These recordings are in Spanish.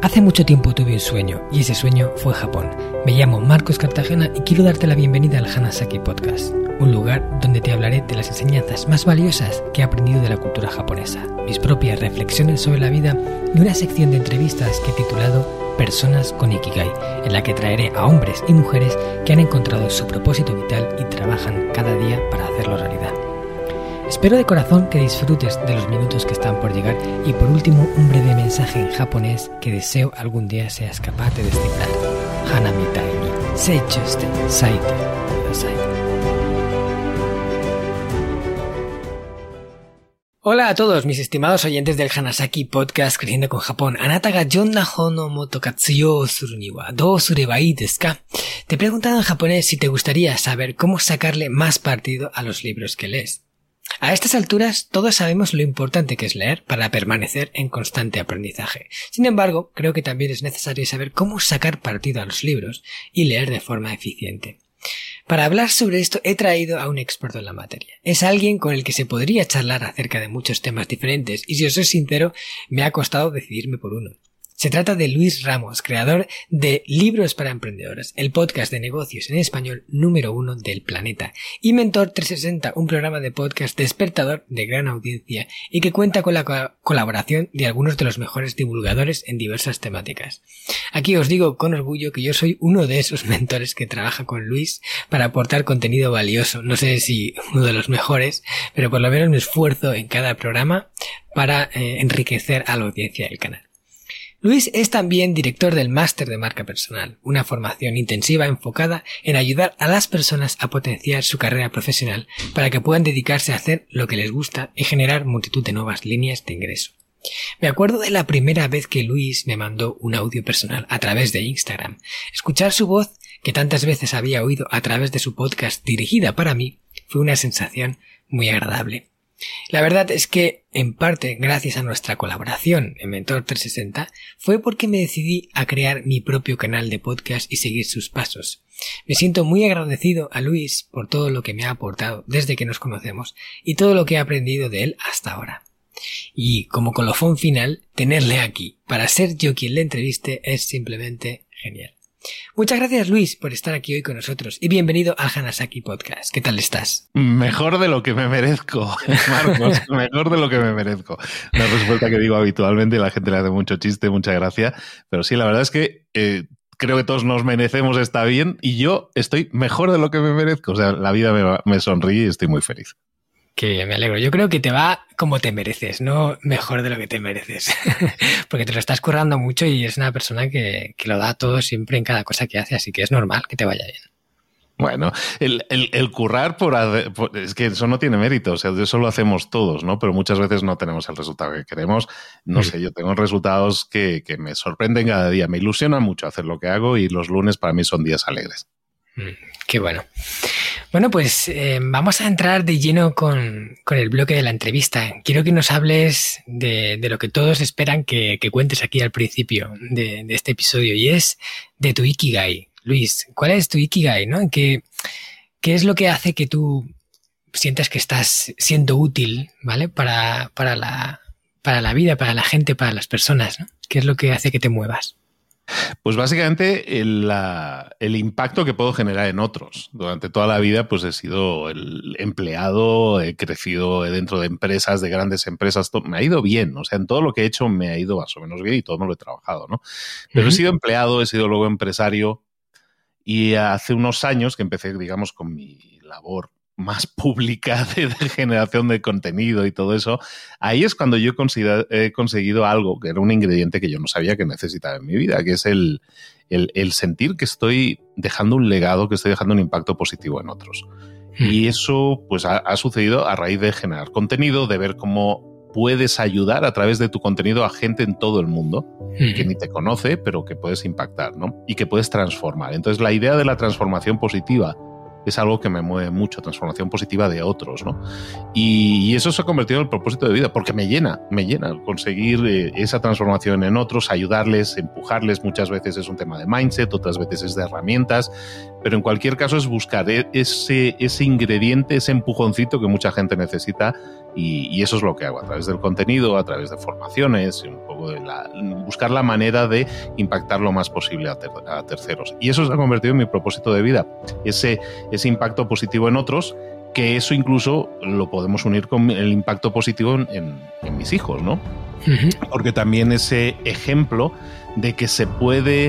Hace mucho tiempo tuve un sueño, y ese sueño fue Japón. Me llamo Marcos Cartagena y quiero darte la bienvenida al Hanasaki Podcast, un lugar donde te hablaré de las enseñanzas más valiosas que he aprendido de la cultura japonesa, mis propias reflexiones sobre la vida y una sección de entrevistas que he titulado Personas con Ikigai, en la que traeré a hombres y mujeres que han encontrado su propósito vital y trabajan cada día para hacerlo realidad. Espero de corazón que disfrutes de los minutos que están por llegar y por último un breve mensaje en japonés que deseo algún día seas capaz de descifrar. Hana mitai ni seichū shite saite kudasai. Hola a todos mis estimados oyentes del Hanasaki Podcast Creciendo con Japón. Anata ga yonna hou no moto katsuyou suru ni wa dou sureba ii desu ka? Te he preguntado en japonés si te gustaría saber cómo sacarle más partido a los libros que lees. A estas alturas todos sabemos lo importante que es leer para permanecer en constante aprendizaje. Sin embargo, creo que también es necesario saber cómo sacar partido a los libros y leer de forma eficiente. Para hablar sobre esto he traído a un experto en la materia. Es alguien con el que se podría charlar acerca de muchos temas diferentes y si os soy sincero, me ha costado decidirme por uno. Se trata de Luis Ramos, creador de Libros para Emprendedores, el podcast de negocios en español número 1 del planeta, y Mentor 360, un programa de podcast despertador de gran audiencia y que cuenta con la colaboración de algunos de los mejores divulgadores en diversas temáticas. Aquí os digo con orgullo que yo soy uno de esos mentores que trabaja con Luis para aportar contenido valioso. No sé si uno de los mejores, pero por lo menos me esfuerzo en cada programa para enriquecer a la audiencia del canal. Luis es también director del Máster de Marca Personal, una formación intensiva enfocada en ayudar a las personas a potenciar su carrera profesional para que puedan dedicarse a hacer lo que les gusta y generar multitud de nuevas líneas de ingreso. Me acuerdo de la primera vez que Luis me mandó un audio personal a través de Instagram. Escuchar su voz, que tantas veces había oído a través de su podcast dirigida para mí, fue una sensación muy agradable. La verdad es que, en parte, gracias a nuestra colaboración en Mentor 360, fue porque me decidí a crear mi propio canal de podcast y seguir sus pasos. Me siento muy agradecido a Luis por todo lo que me ha aportado desde que nos conocemos y todo lo que he aprendido de él hasta ahora. Y, como colofón final, tenerle aquí para ser yo quien le entreviste es simplemente genial. Muchas gracias Luis por estar aquí hoy con nosotros y bienvenido al Hanasaki Podcast. ¿Qué tal estás? Mejor de lo que me merezco, Marcos, mejor de lo que me merezco. Una respuesta que digo habitualmente y la gente le hace mucho chiste, mucha gracia, pero sí, la verdad es que creo que todos nos merecemos estar bien y yo estoy mejor de lo que me merezco. O sea, la vida me sonríe y estoy muy feliz. Que me alegro. Yo creo que te va como te mereces, no mejor de lo que te mereces. Porque te lo estás currando mucho y es una persona que lo da todo siempre en cada cosa que hace, así que es normal que te vaya bien. Bueno, el currar es que eso no tiene mérito, o sea, eso lo hacemos todos, ¿no? Pero muchas veces no tenemos el resultado que queremos. No sé, yo tengo resultados que me sorprenden cada día. Me ilusiona mucho hacer lo que hago y los lunes para mí son días alegres. Qué bueno. Bueno, pues vamos a entrar de lleno con el bloque de la entrevista. Quiero que nos hables de lo que todos esperan que cuentes aquí al principio de este episodio y es de tu Ikigai. Luis, ¿cuál es tu Ikigai, no? ¿Qué es lo que hace que tú sientas que estás siendo útil, ¿vale? Para la vida, para la gente, para las personas, ¿no? ¿Qué es lo que hace que te muevas? Pues básicamente el impacto que puedo generar en otros. Durante toda la vida pues he sido el empleado, he crecido dentro de empresas, de grandes empresas, me ha ido bien, o sea, en todo lo que he hecho me ha ido más o menos bien y todo me lo he trabajado, ¿no? Pero he sido empleado, he sido luego empresario y hace unos años que empecé, digamos, con mi labor más pública de generación de contenido y todo eso, ahí es cuando yo he conseguido algo que era un ingrediente que yo no sabía que necesitaba en mi vida, que es el sentir que estoy dejando un legado, que estoy dejando un impacto positivo en otros. Y eso pues ha sucedido a raíz de generar contenido, de ver cómo puedes ayudar a través de tu contenido a gente en todo el mundo que ni te conoce, pero que puedes impactar, ¿no? Y que puedes transformar. Entonces la idea de la transformación positiva es algo que me mueve mucho, transformación positiva de otros, ¿no? Y eso se ha convertido en el propósito de vida, porque me llena conseguir esa transformación en otros, ayudarles, empujarles. Muchas veces es un tema de mindset, otras veces es de herramientas, pero en cualquier caso es buscar ese ingrediente, ese empujoncito que mucha gente necesita, y eso es lo que hago a través del contenido, a través de formaciones, un poco de buscar la manera de impactar lo más posible a terceros. Y eso se ha convertido en mi propósito de vida, ese impacto positivo en otros, que eso incluso lo podemos unir con el impacto positivo en mis hijos, ¿no? Uh-huh. Porque también ese ejemplo de que se puede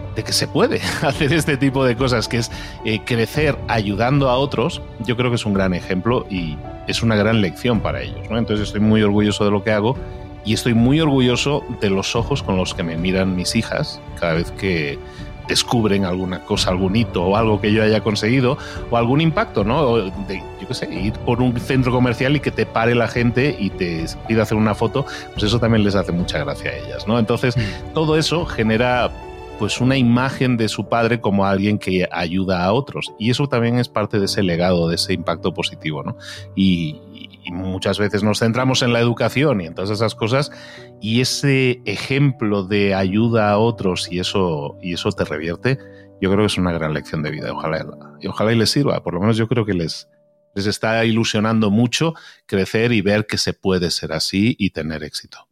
hacer este tipo de cosas, que es crecer ayudando a otros, yo creo que es un gran ejemplo y es una gran lección para ellos, ¿no? Entonces estoy muy orgulloso de lo que hago y estoy muy orgulloso de los ojos con los que me miran mis hijas cada vez que descubren alguna cosa, algún hito o algo que yo haya conseguido o algún impacto, ¿no? Yo qué sé, ir por un centro comercial y que te pare la gente y te pida hacer una foto, pues eso también les hace mucha gracia a ellas, ¿no? Entonces, todo eso genera pues una imagen de su padre como alguien que ayuda a otros, y eso también es parte de ese legado, de ese impacto positivo, ¿no? Y muchas veces nos centramos en la educación y en todas esas cosas, y ese ejemplo de ayuda a otros y eso te revierte, yo creo que es una gran lección de vida. Ojalá y les sirva. Por lo menos yo creo que les está ilusionando mucho crecer y ver que se puede ser así y tener éxito.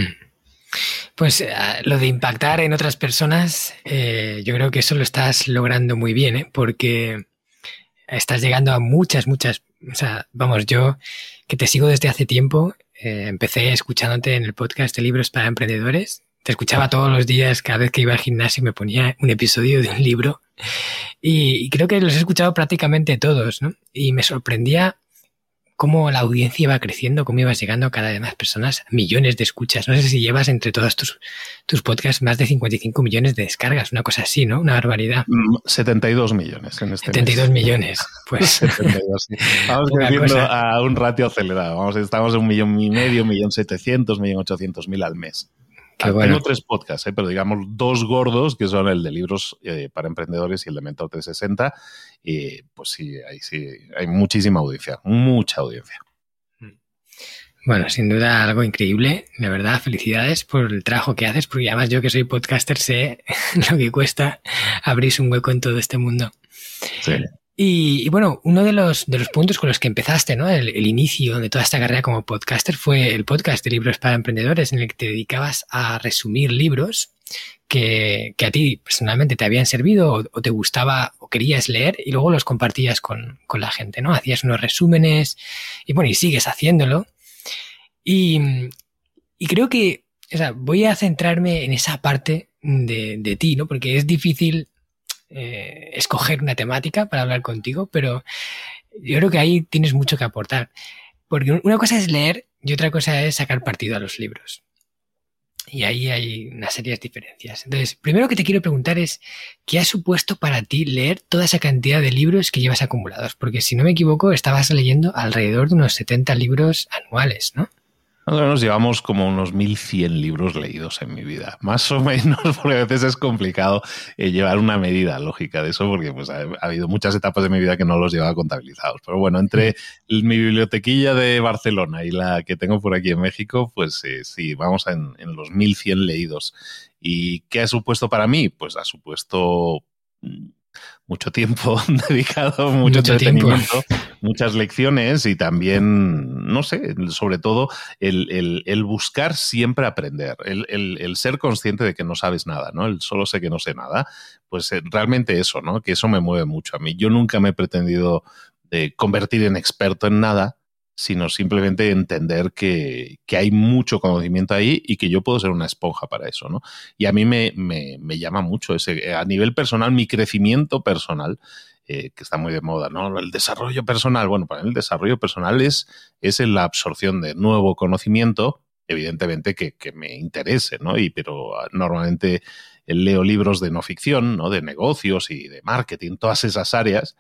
Pues lo de impactar en otras personas, yo creo que eso lo estás logrando muy bien, porque estás llegando a muchas, o sea, vamos, yo que te sigo desde hace tiempo, empecé escuchándote en el podcast de Libros para Emprendedores, te escuchaba todos los días, cada vez que iba al gimnasio me ponía un episodio de un libro y creo que los he escuchado prácticamente todos, ¿no? Y me sorprendía cómo la audiencia iba creciendo, cómo ibas llegando a cada vez más personas, millones de escuchas. No sé si llevas entre todos tus podcasts más de 55 millones de descargas, una cosa así, ¿no? Una barbaridad. 72 millones en este 72 mes. Millones, pues. 72, sí. Vamos creciendo a un ratio acelerado. Estamos en 1,5 millones, 1.700.000, 1.800.000 al mes. Bueno. Tengo 3 podcasts, pero digamos 2 gordos, que son el de Libros para Emprendedores y el de Mentor 360. Y pues sí, ahí sí hay muchísima audiencia, mucha audiencia. Bueno, sin duda algo increíble. De verdad, felicidades por el trabajo que haces, porque además yo que soy podcaster sé lo que cuesta abrirse un hueco en todo este mundo. Sí. Y bueno, uno de los puntos con los que empezaste, ¿no? El inicio de toda esta carrera como podcaster fue el podcast de Libros para Emprendedores, en el que te dedicabas a resumir libros que a ti personalmente te habían servido o te gustaba o querías leer, y luego los compartías con la gente, ¿no? Hacías unos resúmenes y bueno, y sigues haciéndolo. Y creo que, o sea, voy a centrarme en esa parte de ti, ¿no? Porque es difícil escoger una temática para hablar contigo, pero yo creo que ahí tienes mucho que aportar, porque una cosa es leer y otra cosa es sacar partido a los libros, y ahí hay unas serias diferencias. Entonces, primero que te quiero preguntar es ¿qué ha supuesto para ti leer toda esa cantidad de libros que llevas acumulados? Porque si no me equivoco estabas leyendo alrededor de unos 70 libros anuales, ¿no? Nos llevamos como unos 1.100 libros leídos en mi vida, más o menos, porque a veces es complicado llevar una medida lógica de eso, porque pues ha habido muchas etapas de mi vida que no los llevaba contabilizados. Pero bueno, entre mi bibliotequilla de Barcelona y la que tengo por aquí en México, pues sí, vamos en los 1.100 leídos. ¿Y qué ha supuesto para mí? Pues ha supuesto mucho tiempo dedicado, mucho entretenimiento, muchas lecciones y también, no sé, sobre todo el buscar siempre aprender, el ser consciente de que no sabes nada, ¿no? El solo sé que no sé nada, pues realmente eso, ¿no? Que eso me mueve mucho a mí. Yo nunca me he pretendido convertir en experto en nada, sino simplemente entender que hay mucho conocimiento ahí y que yo puedo ser una esponja para eso, ¿no? Y a mí me llama mucho a nivel personal, mi crecimiento personal, que está muy de moda, ¿no? El desarrollo personal. Bueno, para mí el desarrollo personal es la absorción de nuevo conocimiento, evidentemente que me interese, ¿no? Pero normalmente leo libros de no ficción, ¿no? De negocios y de marketing, todas esas áreas.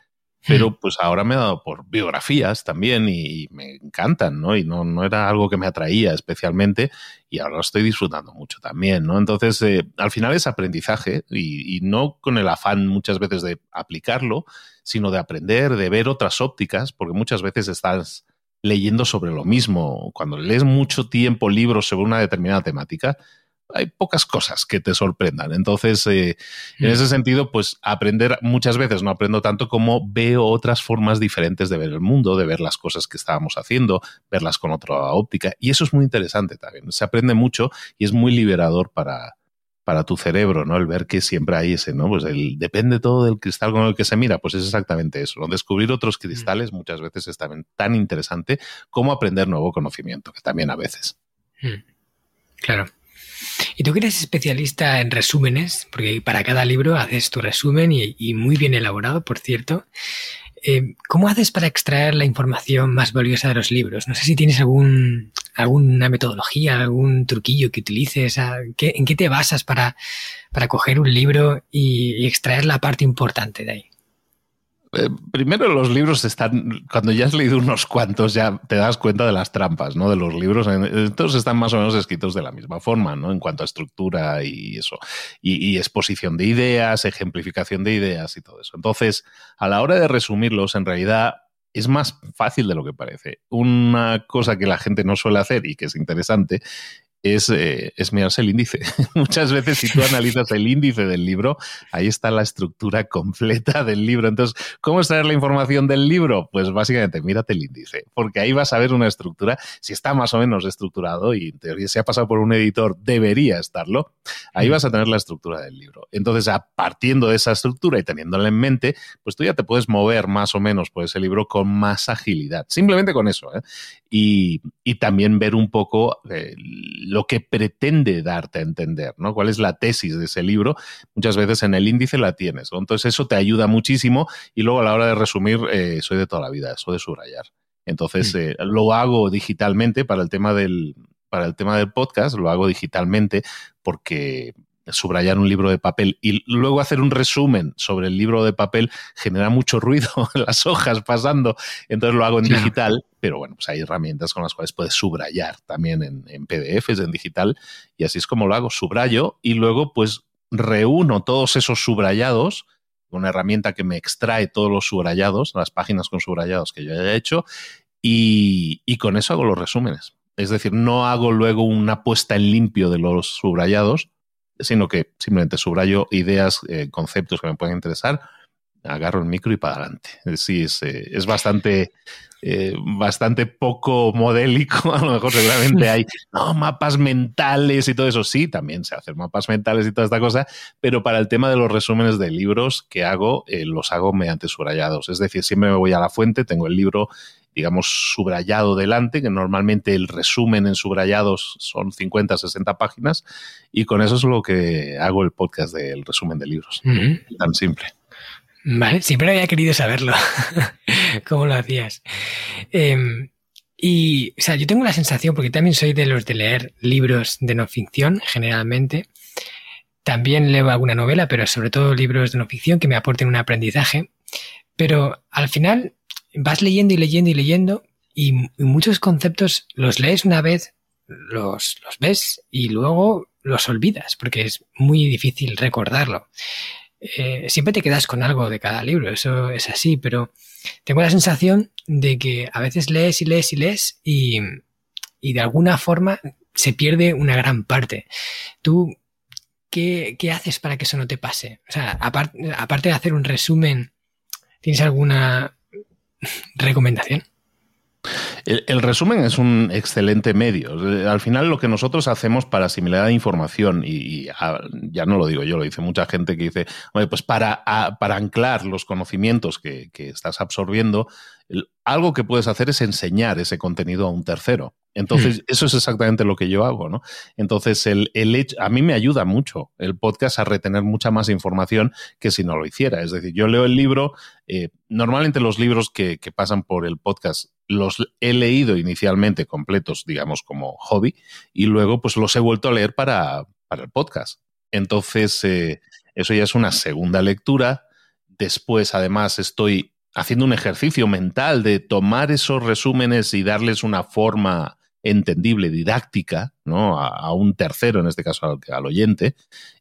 pero pues ahora me he dado por biografías también y me encantan, ¿no? Y no era algo que me atraía especialmente y ahora lo estoy disfrutando mucho también, ¿no? Entonces, al final es aprendizaje y no con el afán muchas veces de aplicarlo, sino de aprender, de ver otras ópticas, porque muchas veces estás leyendo sobre lo mismo. Cuando lees mucho tiempo libros sobre una determinada temática, hay pocas cosas que te sorprendan. Entonces, en ese sentido, pues aprender, muchas veces no aprendo tanto como veo otras formas diferentes de ver el mundo, de ver las cosas que estábamos haciendo, verlas con otra óptica. Y eso es muy interesante también. Se aprende mucho y es muy liberador para tu cerebro, ¿no? El ver que siempre hay ese, ¿no? Pues depende todo del cristal con el que se mira, pues es exactamente eso, ¿no? Descubrir otros cristales muchas veces es también tan interesante como aprender nuevo conocimiento, que también a veces. Claro. Y tú que eres especialista en resúmenes, porque para cada libro haces tu resumen y muy bien elaborado, por cierto. ¿Cómo haces para extraer la información más valiosa de los libros? No sé si tienes alguna metodología, algún truquillo que utilices. ¿En qué te basas para coger un libro y extraer la parte importante de ahí? Primero, los libros están, cuando ya has leído unos cuantos, ya te das cuenta de las trampas, ¿no? De los libros. Todos están más o menos escritos de la misma forma, ¿no? En cuanto a estructura y eso. Y exposición de ideas, ejemplificación de ideas y todo eso. Entonces, a la hora de resumirlos, en realidad es más fácil de lo que parece. Una cosa que la gente no suele hacer y que es interesante es mirarse el índice. Muchas veces, si tú analizas el índice del libro, ahí está la estructura completa del libro. Entonces, ¿cómo extraer la información del libro? Pues básicamente, mírate el índice, porque ahí vas a ver una estructura. Si está más o menos estructurado y en teoría se ha pasado por un editor, debería estarlo, ahí vas a tener la estructura del libro. Entonces, partiendo de esa estructura y teniéndola en mente, pues tú ya te puedes mover más o menos por ese libro con más agilidad. Simplemente con eso, ¿eh? Y también ver un poco lo que pretende darte a entender, ¿no? ¿Cuál es la tesis de ese libro? Muchas veces en el índice la tienes, ¿no? Entonces eso te ayuda muchísimo y luego a la hora de resumir, soy de toda la vida, soy de subrayar. Entonces lo hago digitalmente para el tema del podcast, lo hago digitalmente porque subrayar un libro de papel y luego hacer un resumen sobre el libro de papel genera mucho ruido en las hojas pasando, entonces lo hago en digital, pero bueno, pues hay herramientas con las cuales puedes subrayar también en PDFs, en digital, y así es como lo hago, subrayo y luego pues reúno todos esos subrayados, una herramienta que me extrae todos los subrayados, las páginas con subrayados que yo haya hecho, y con eso hago los resúmenes. Es decir, no hago luego una puesta en limpio de los subrayados, sino que simplemente subrayo ideas, conceptos que me pueden interesar, agarro el micro y para adelante. Sí, es bastante poco modélico. A lo mejor seguramente hay mapas mentales y todo eso. Sí, también se hacen mapas mentales y toda esta cosa, pero para el tema de los resúmenes de libros que hago, los hago mediante subrayados. Es decir, siempre me voy a la fuente, tengo el libro, digamos, subrayado delante, que normalmente el resumen en subrayados son 50, 60 páginas, y con eso es lo que hago el podcast del resumen de libros. Tan simple. Vale, siempre había querido saberlo. ¿Cómo lo hacías? Y, o sea, yo tengo la sensación, porque también soy de los de leer libros de no ficción, generalmente. También leo alguna novela, pero sobre todo libros de no ficción que me aporten un aprendizaje. Pero al final vas leyendo y leyendo y leyendo y muchos conceptos los lees una vez, los ves y luego los olvidas porque es muy difícil recordarlo. Siempre te quedas con algo de cada libro, eso es así, pero tengo la sensación de que a veces lees y lees y lees y de alguna forma se pierde una gran parte. ¿Tú qué haces para que eso no te pase? O sea, aparte de hacer un resumen, ¿tienes alguna recomendación? El resumen es un excelente medio. Al final lo que nosotros hacemos para asimilar la información, y ya no lo digo yo, lo dice mucha gente que dice, pues para anclar los conocimientos que estás absorbiendo, algo que puedes hacer es enseñar ese contenido a un tercero. Entonces, eso es exactamente lo que yo hago, ¿no? Entonces, a mí me ayuda mucho el podcast a retener mucha más información que si no lo hiciera. Es decir, yo leo el libro, normalmente los libros que pasan por el podcast los he leído inicialmente completos, digamos, como hobby, y luego pues los he vuelto a leer para el podcast. Entonces, eso ya es una segunda lectura. Después, además, estoy haciendo un ejercicio mental de tomar esos resúmenes y darles una forma entendible, didáctica, ¿no? A un tercero, en este caso al oyente,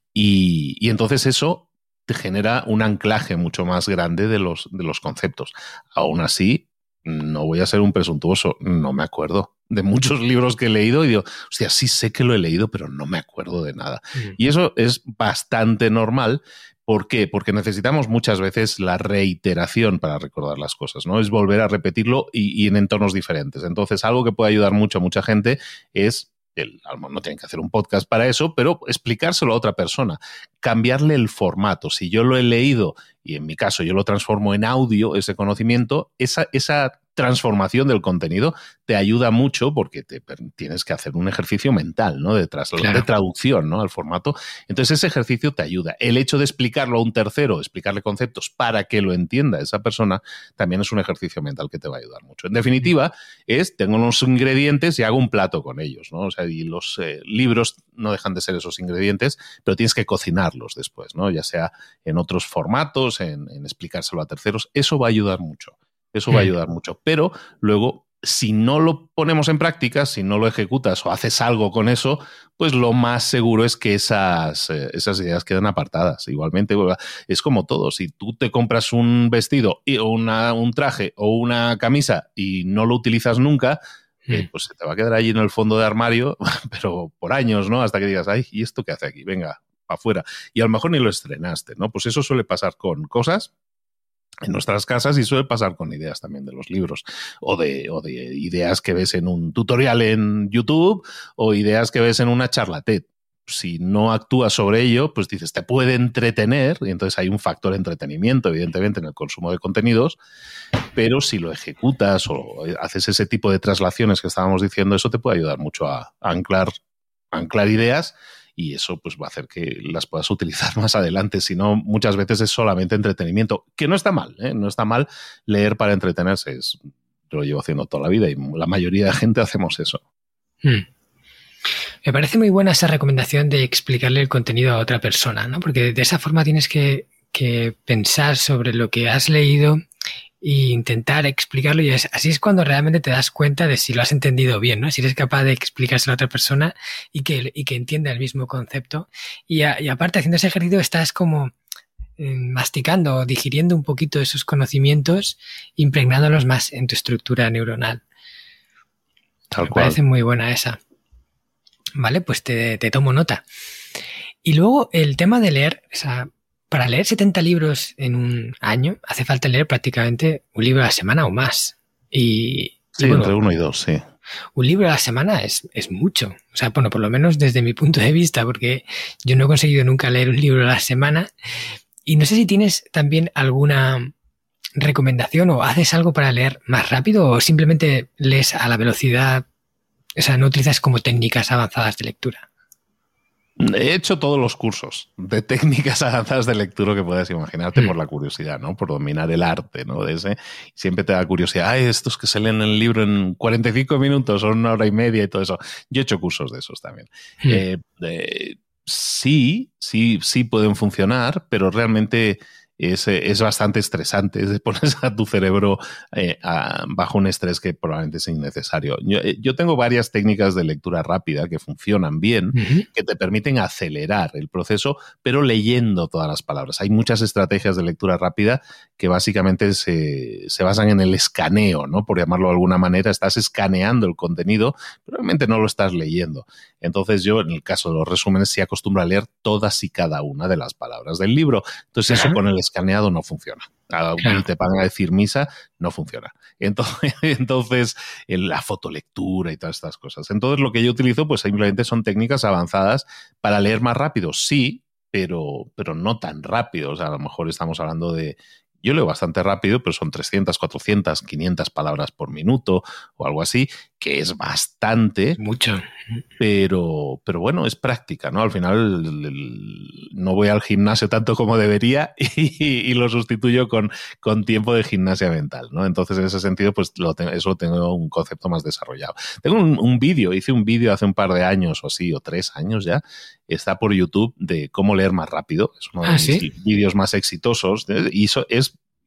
y entonces eso te genera un anclaje mucho más grande de los conceptos. Aún así, no voy a ser un presuntuoso, no me acuerdo de muchos libros que he leído y digo, hostia, sí sé que lo he leído, pero no me acuerdo de nada. Y eso es bastante normal. ¿Por qué? Porque necesitamos muchas veces la reiteración para recordar las cosas, ¿no? Es volver a repetirlo y en entornos diferentes. Entonces, algo que puede ayudar mucho a mucha gente es, no tienen que hacer un podcast para eso, pero explicárselo a otra persona, cambiarle el formato. Si yo lo he leído y en mi caso yo lo transformo en audio, ese conocimiento, esa transformación del contenido te ayuda mucho porque tienes que hacer un ejercicio mental, ¿no? De traducción, ¿no? Al formato. Entonces ese ejercicio te ayuda. El hecho de explicarlo a un tercero, explicarle conceptos para que lo entienda esa persona, también es un ejercicio mental que te va a ayudar mucho. En definitiva, tengo unos ingredientes y hago un plato con ellos, ¿no? O sea, y los libros no dejan de ser esos ingredientes, pero tienes que cocinarlos después, ¿no? Ya sea en otros formatos, en explicárselo a terceros. Eso va a ayudar mucho. Eso va a ayudar mucho. Pero luego, si no lo ponemos en práctica, si no lo ejecutas o haces algo con eso, pues lo más seguro es que esas ideas quedan apartadas. Igualmente, es como todo. Si tú te compras un vestido o un traje o una camisa y no lo utilizas nunca, pues se te va a quedar allí en el fondo de armario, pero por años, ¿no? Hasta que digas, ay, ¿y esto qué hace aquí? Venga, para afuera. Y a lo mejor ni lo estrenaste, ¿no? Pues eso suele pasar con cosas en nuestras casas y suele pasar con ideas también de los libros o de ideas que ves en un tutorial en YouTube o ideas que ves en una charla TED. Si no actúas sobre ello, pues dices, te puede entretener y entonces hay un factor de entretenimiento, evidentemente, en el consumo de contenidos, pero si lo ejecutas o haces ese tipo de traslaciones que estábamos diciendo, eso te puede ayudar mucho a anclar ideas. Y eso pues va a hacer que las puedas utilizar más adelante. Si no, muchas veces es solamente entretenimiento, que no está mal, ¿eh? No está mal leer para entretenerse. Yo lo llevo haciendo toda la vida y la mayoría de gente hacemos eso. Me parece muy buena esa recomendación de explicarle el contenido a otra persona, ¿no? Porque de esa forma tienes que pensar sobre lo que has leído e intentar explicarlo y así es cuando realmente te das cuenta de si lo has entendido bien, ¿no? Si eres capaz de explicárselo a otra persona y que entienda el mismo concepto. Y aparte, haciendo ese ejercicio estás como masticando o digiriendo un poquito esos conocimientos, impregnándolos más en tu estructura neuronal. Me parece muy buena esa. Vale, pues te tomo nota. Y luego el tema de leer, o sea, para leer 70 libros en un año hace falta leer prácticamente un libro a la semana o más. Sí, bueno, entre 1 y 2, sí. Un libro a la semana es mucho. O sea, bueno, por lo menos desde mi punto de vista, porque yo no he conseguido nunca leer un libro a la semana. Y no sé si tienes también alguna recomendación o haces algo para leer más rápido o simplemente lees a la velocidad, o sea, no utilizas como técnicas avanzadas de lectura. He hecho todos los cursos de técnicas avanzadas de lectura que puedas imaginarte por la curiosidad, ¿no? Por dominar el arte, ¿no? De ese. Siempre te da curiosidad. Ay, estos que se leen el libro en 45 minutos o 1 hora y media y todo eso. Yo he hecho cursos de esos también. Sí pueden funcionar, pero realmente es bastante estresante. Pones a tu cerebro bajo un estrés que probablemente es innecesario. Yo tengo varias técnicas de lectura rápida que funcionan bien, que te permiten acelerar el proceso, pero leyendo todas las palabras. Hay muchas estrategias de lectura rápida que básicamente se basan en el escaneo, ¿no? Por llamarlo de alguna manera, estás escaneando el contenido, pero realmente no lo estás leyendo. Entonces yo, en el caso de los resúmenes, sí acostumbro a leer todas y cada una de las palabras del libro. Entonces eso con el escaneado no funciona. Y te van a decir misa, no funciona. Entonces la fotolectura y todas estas cosas. Entonces lo que yo utilizo pues simplemente son técnicas avanzadas para leer más rápido, sí, pero no tan rápido. O sea, a lo mejor estamos hablando de... Yo leo bastante rápido, pero son 300, 400, 500 palabras por minuto o algo así, que es bastante. Mucho. Pero bueno, es práctica, ¿no? Al final no voy al gimnasio tanto como debería y lo sustituyo con tiempo de gimnasia mental, ¿no? Entonces, en ese sentido, pues eso tengo un concepto más desarrollado. Tengo un vídeo, hice un vídeo hace un par de años o así, o 3 años ya, está por YouTube de cómo leer más rápido. Es uno de mis vídeos más exitosos y eso es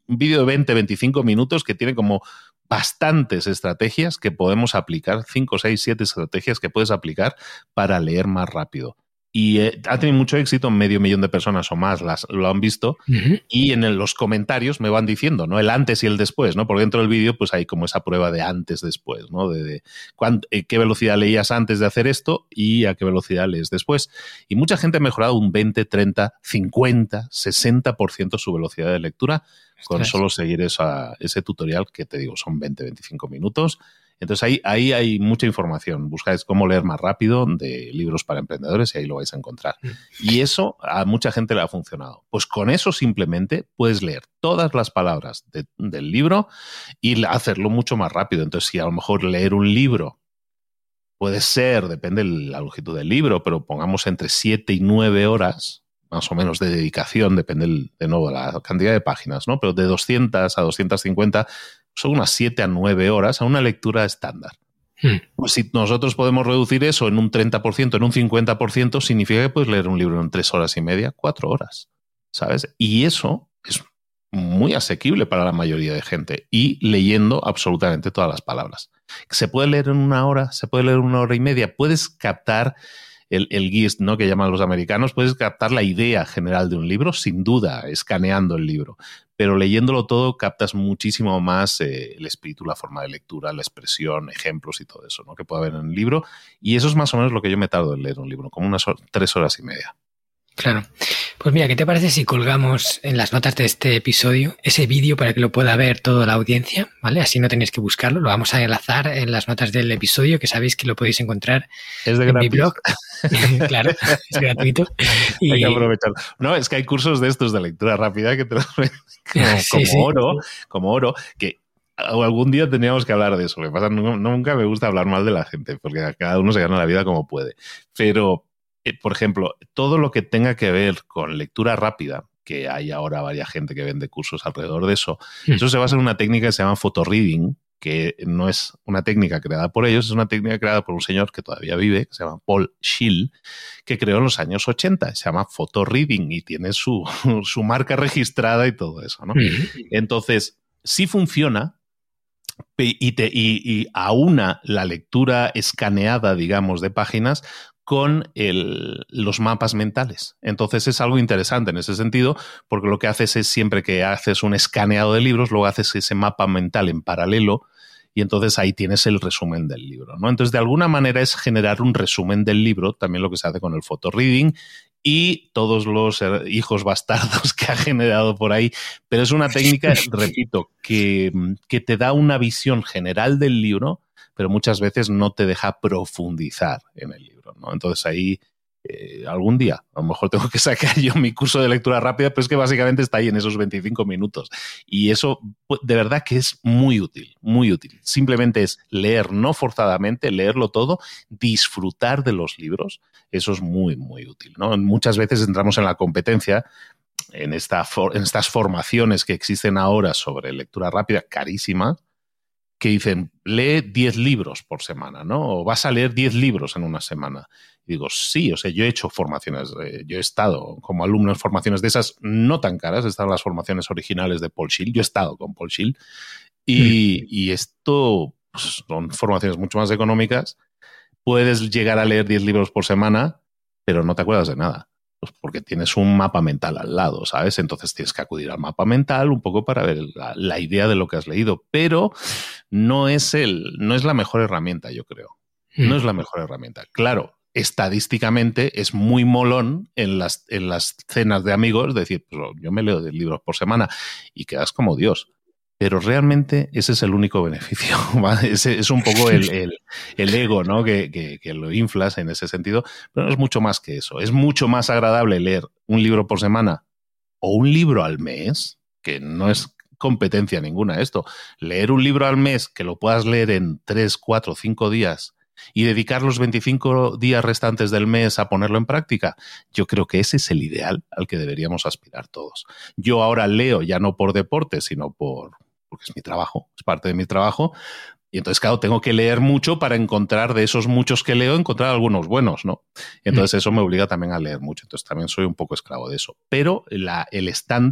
un vídeo de 20-25 minutos que tiene como bastantes estrategias que podemos aplicar, 5, 6, 7 estrategias que puedes aplicar para leer más rápido. Y ha tenido mucho éxito, 500.000 de personas o más lo han visto, y en los comentarios me van diciendo, ¿no? El antes y el después, ¿no? Porque dentro del vídeo pues hay como esa prueba de antes-después, ¿no? De qué velocidad leías antes de hacer esto y a qué velocidad lees después. Y mucha gente ha mejorado un 20, 30, 50, 60% su velocidad de lectura con solo seguir ese tutorial que te digo, son 20, 25 minutos. Entonces ahí hay mucha información. Buscáis cómo leer más rápido de libros para emprendedores y ahí lo vais a encontrar. Y eso a mucha gente le ha funcionado. Pues con eso simplemente puedes leer todas las palabras del libro y hacerlo mucho más rápido. Entonces, si a lo mejor leer un libro puede ser, depende de la longitud del libro, pero pongamos entre 7 y 9 horas, más o menos de dedicación, depende de nuevo de la cantidad de páginas, ¿no? Pero de 200 a 250 son unas 7 a 9 horas a una lectura estándar. Pues si nosotros podemos reducir eso en un 30%, en un 50%, significa que puedes leer un libro en 3 horas y media, 4 horas, ¿sabes? Y eso es muy asequible para la mayoría de gente y leyendo absolutamente todas las palabras. ¿Se puede leer en 1 hora? ¿Se puede leer en 1 hora y media? Puedes captar el gist, ¿no? Que llaman los americanos, puedes captar la idea general de un libro, sin duda, escaneando el libro. Pero leyéndolo todo captas muchísimo más el espíritu, la forma de lectura, la expresión, ejemplos y todo eso, ¿no? Que puede haber en el libro. Y eso es más o menos lo que yo me tardo en leer un libro, como unas 3 horas y media. Claro. Pues mira, ¿qué te parece si colgamos en las notas de este episodio ese vídeo para que lo pueda ver toda la audiencia? ¿Vale? Así no tenéis que buscarlo. Lo vamos a enlazar en las notas del episodio, que sabéis que lo podéis encontrar en mi blog. Claro, es gratuito. Hay que aprovecharlo. No, es que hay cursos de estos de lectura rápida que te los ven como oro, que algún día tendríamos que hablar de eso. Lo que pasa, nunca me gusta hablar mal de la gente, porque cada uno se gana la vida como puede. Pero por ejemplo, todo lo que tenga que ver con lectura rápida, que hay ahora varias gente que vende cursos alrededor de eso, eso se basa en una técnica que se llama photoreading, que no es una técnica creada por ellos, es una técnica creada por un señor que todavía vive, que se llama Paul Schill, que creó en los años 80, se llama photoreading y tiene su marca registrada y todo eso, ¿no? Entonces, sí funciona y aúna la lectura escaneada, digamos, de páginas con los mapas mentales. Entonces es algo interesante en ese sentido, porque lo que haces es siempre que haces un escaneado de libros, luego haces ese mapa mental en paralelo y entonces ahí tienes el resumen del libro, ¿no? Entonces, de alguna manera es generar un resumen del libro, también lo que se hace con el photoreading y todos los hijos bastardos que ha generado por ahí. Pero es una técnica, repito, que te da una visión general del libro, pero muchas veces no te deja profundizar en el libro, ¿no? Entonces ahí algún día a lo mejor tengo que sacar yo mi curso de lectura rápida, pero es que básicamente está ahí en esos 25 minutos. Y eso de verdad que es muy útil, muy útil. Simplemente es leer, no forzadamente, leerlo todo, disfrutar de los libros. Eso es muy, muy útil, ¿no? Muchas veces entramos en la competencia en estas formaciones que existen ahora sobre lectura rápida, carísima, que dicen, lee 10 libros por semana, ¿no? O vas a leer 10 libros en una semana. Y digo, sí, o sea, yo he hecho formaciones, yo he estado como alumno en formaciones de esas no tan caras, están las formaciones originales de Paul Schill, yo he estado con Paul Schill, y esto pues, son formaciones mucho más económicas, puedes llegar a leer 10 libros por semana, pero no te acuerdas de nada. Pues porque tienes un mapa mental al lado, ¿sabes? Entonces tienes que acudir al mapa mental un poco para ver la idea de lo que has leído, pero no es la mejor herramienta, yo creo. No es la mejor herramienta. Claro, estadísticamente es muy molón en las cenas de amigos decir, pues yo me leo 10 libros por semana y quedas como Dios. Pero realmente ese es el único beneficio, ¿vale? Ese es un poco el ego, ¿no? Que lo inflas en ese sentido, pero no es mucho más que eso. Es mucho más agradable leer un libro por semana o un libro al mes, que no es competencia ninguna esto. Leer un libro al mes que lo puedas leer en 3, 4, 5 días y dedicar los 25 días restantes del mes a ponerlo en práctica, yo creo que ese es el ideal al que deberíamos aspirar todos. Yo ahora leo ya no por deporte, sino porque es mi trabajo, es parte de mi trabajo, y entonces, claro, tengo que leer mucho para encontrar de esos muchos que leo, encontrar algunos buenos, ¿no? Entonces eso me obliga también a leer mucho, entonces también soy un poco esclavo de eso. Pero el estándar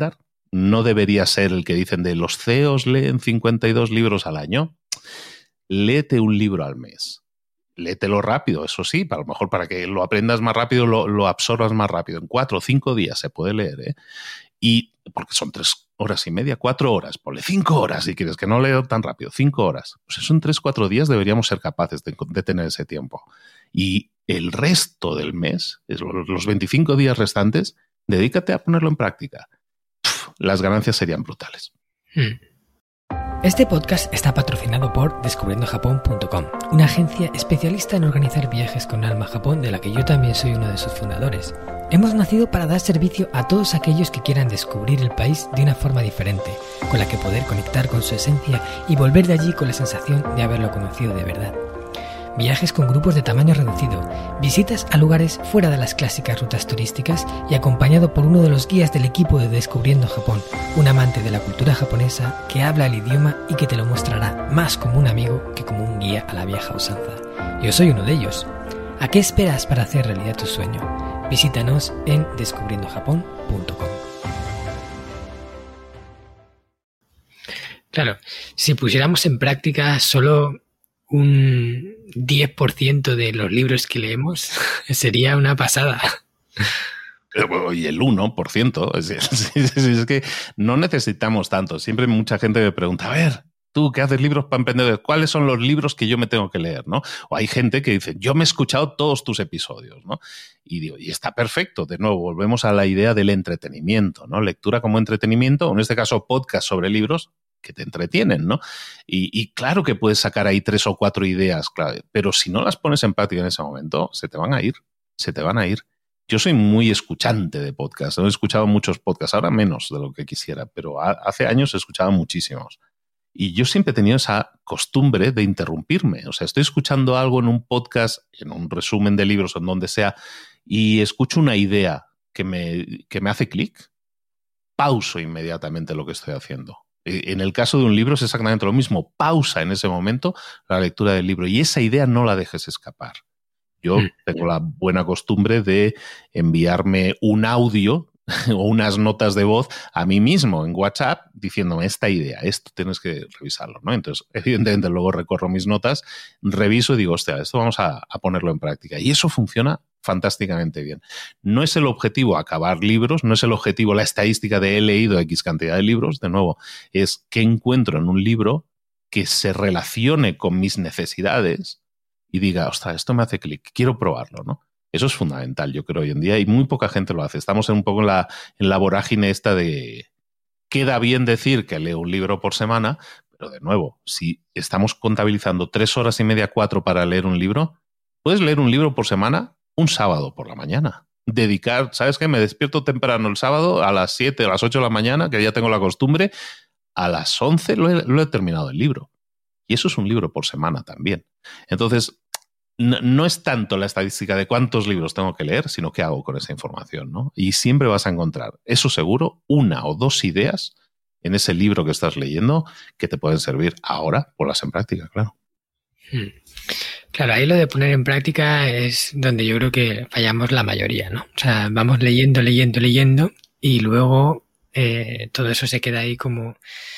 no debería ser el que dicen de los CEOs leen 52 libros al año. Léete un libro al mes. Léetelo rápido, eso sí, a lo mejor para que lo aprendas más rápido, lo absorbas más rápido. En 4 o 5 días se puede leer, ¿eh? Y porque son 3 horas y media, 4 horas, ponle 5 horas si quieres, que no leo tan rápido, 5 horas. Pues eso en 3 o 4 días deberíamos ser capaces de tener ese tiempo. Y el resto del mes, los 25 días restantes, dedícate a ponerlo en práctica. Las ganancias serían brutales. Este podcast está patrocinado por descubriendojapón.com, una agencia especialista en organizar viajes con alma a Japón, de la que yo también soy uno de sus fundadores. Hemos nacido para dar servicio a todos aquellos que quieran descubrir el país de una forma diferente, con la que poder conectar con su esencia y volver de allí con la sensación de haberlo conocido de verdad. Viajes con grupos de tamaño reducido, visitas a lugares fuera de las clásicas rutas turísticas y acompañado por uno de los guías del equipo de Descubriendo Japón, un amante de la cultura japonesa que habla el idioma y que te lo mostrará más como un amigo que como un guía a la vieja usanza. Yo soy uno de ellos. ¿A qué esperas para hacer realidad tu sueño? Visítanos en descubriendojapón.com. Claro, si pusiéramos en práctica solo un 10% de los libros que leemos, sería una pasada. Y el 1%, es que no necesitamos tanto. Siempre mucha gente me pregunta, a ver, tú que haces libros para emprendedores, ¿cuáles son los libros que yo me tengo que leer, ¿no? O hay gente que dice, yo me he escuchado todos tus episodios, ¿no? Y digo, y está perfecto. De nuevo, volvemos a la idea del entretenimiento, ¿no? Lectura como entretenimiento, o en este caso podcast sobre libros que te entretienen, ¿no? Y claro que puedes sacar ahí 3 o 4 ideas clave, pero si no las pones en práctica en ese momento, se te van a ir. Yo soy muy escuchante de podcasts, he escuchado muchos podcasts, ahora menos de lo que quisiera, pero hace años he escuchado muchísimos. Y yo siempre he tenido esa costumbre de interrumpirme. O sea, estoy escuchando algo en un podcast, en un resumen de libros o en donde sea, y escucho una idea que me hace clic, pauso inmediatamente lo que estoy haciendo. En el caso de un libro es exactamente lo mismo. Pausa en ese momento la lectura del libro y esa idea no la dejes escapar. Yo tengo la buena costumbre de enviarme un audio o unas notas de voz a mí mismo en WhatsApp diciéndome esta idea, esto tienes que revisarlo, ¿no? Entonces, evidentemente, luego recorro mis notas, reviso y digo, hostia, esto vamos a ponerlo en práctica. Y eso funciona fantásticamente bien. No es el objetivo acabar libros, no es el objetivo la estadística de he leído X cantidad de libros, de nuevo, es qué encuentro en un libro que se relacione con mis necesidades y diga, ostras, esto me hace clic, quiero probarlo, ¿no? Eso es fundamental, yo creo, hoy en día, y muy poca gente lo hace. Estamos un poco en la vorágine esta de queda bien decir que leo un libro por semana, pero de nuevo, si estamos contabilizando 3 horas y media, 4 para leer un libro, puedes leer un libro por semana un sábado por la mañana. Dedicar, ¿sabes qué? Me despierto temprano el sábado a las 7 o las 8 de la mañana, que ya tengo la costumbre, a las 11 lo he terminado el libro. Y eso es un libro por semana también. Entonces, no es tanto la estadística de cuántos libros tengo que leer, sino qué hago con esa información, ¿no? Y siempre vas a encontrar, eso seguro, 1 o 2 ideas en ese libro que estás leyendo que te pueden servir ahora, ponlas en práctica, claro. Claro, ahí lo de poner en práctica es donde yo creo que fallamos la mayoría, ¿no? O sea, vamos leyendo y luego todo eso se queda ahí como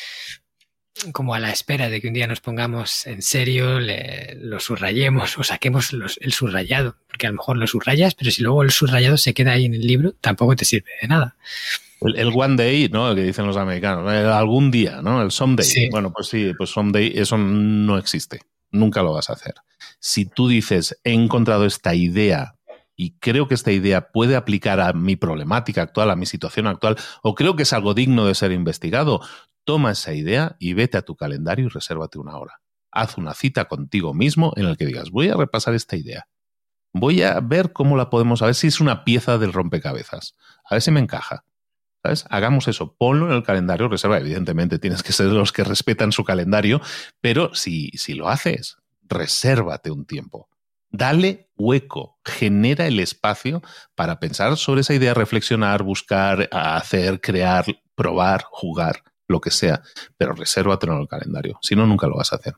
a la espera de que un día nos pongamos en serio, lo subrayemos o saquemos el subrayado, porque a lo mejor lo subrayas, pero si luego el subrayado se queda ahí en el libro, tampoco te sirve de nada. El one day, ¿no? Que dicen los americanos, algún día, ¿no? El someday. Sí. Bueno, pues sí, pues someday, eso no existe. Nunca lo vas a hacer. Si tú dices, he encontrado esta idea y creo que esta idea puede aplicar a mi problemática actual, a mi situación actual, o creo que es algo digno de ser investigado, toma esa idea y vete a tu calendario y resérvate 1 hora. Haz una cita contigo mismo en la que digas, voy a repasar esta idea. Voy a ver cómo la podemos, a ver si es una pieza del rompecabezas. A ver si me encaja. ¿Sabes? Hagamos eso, ponlo en el calendario, reserva. Evidentemente tienes que ser de los que respetan su calendario, pero si lo haces, resérvate un tiempo. Dale hueco, genera el espacio para pensar sobre esa idea, reflexionar, buscar, hacer, crear, probar, jugar, lo que sea, pero resérvatelo en el calendario, si no, nunca lo vas a hacer.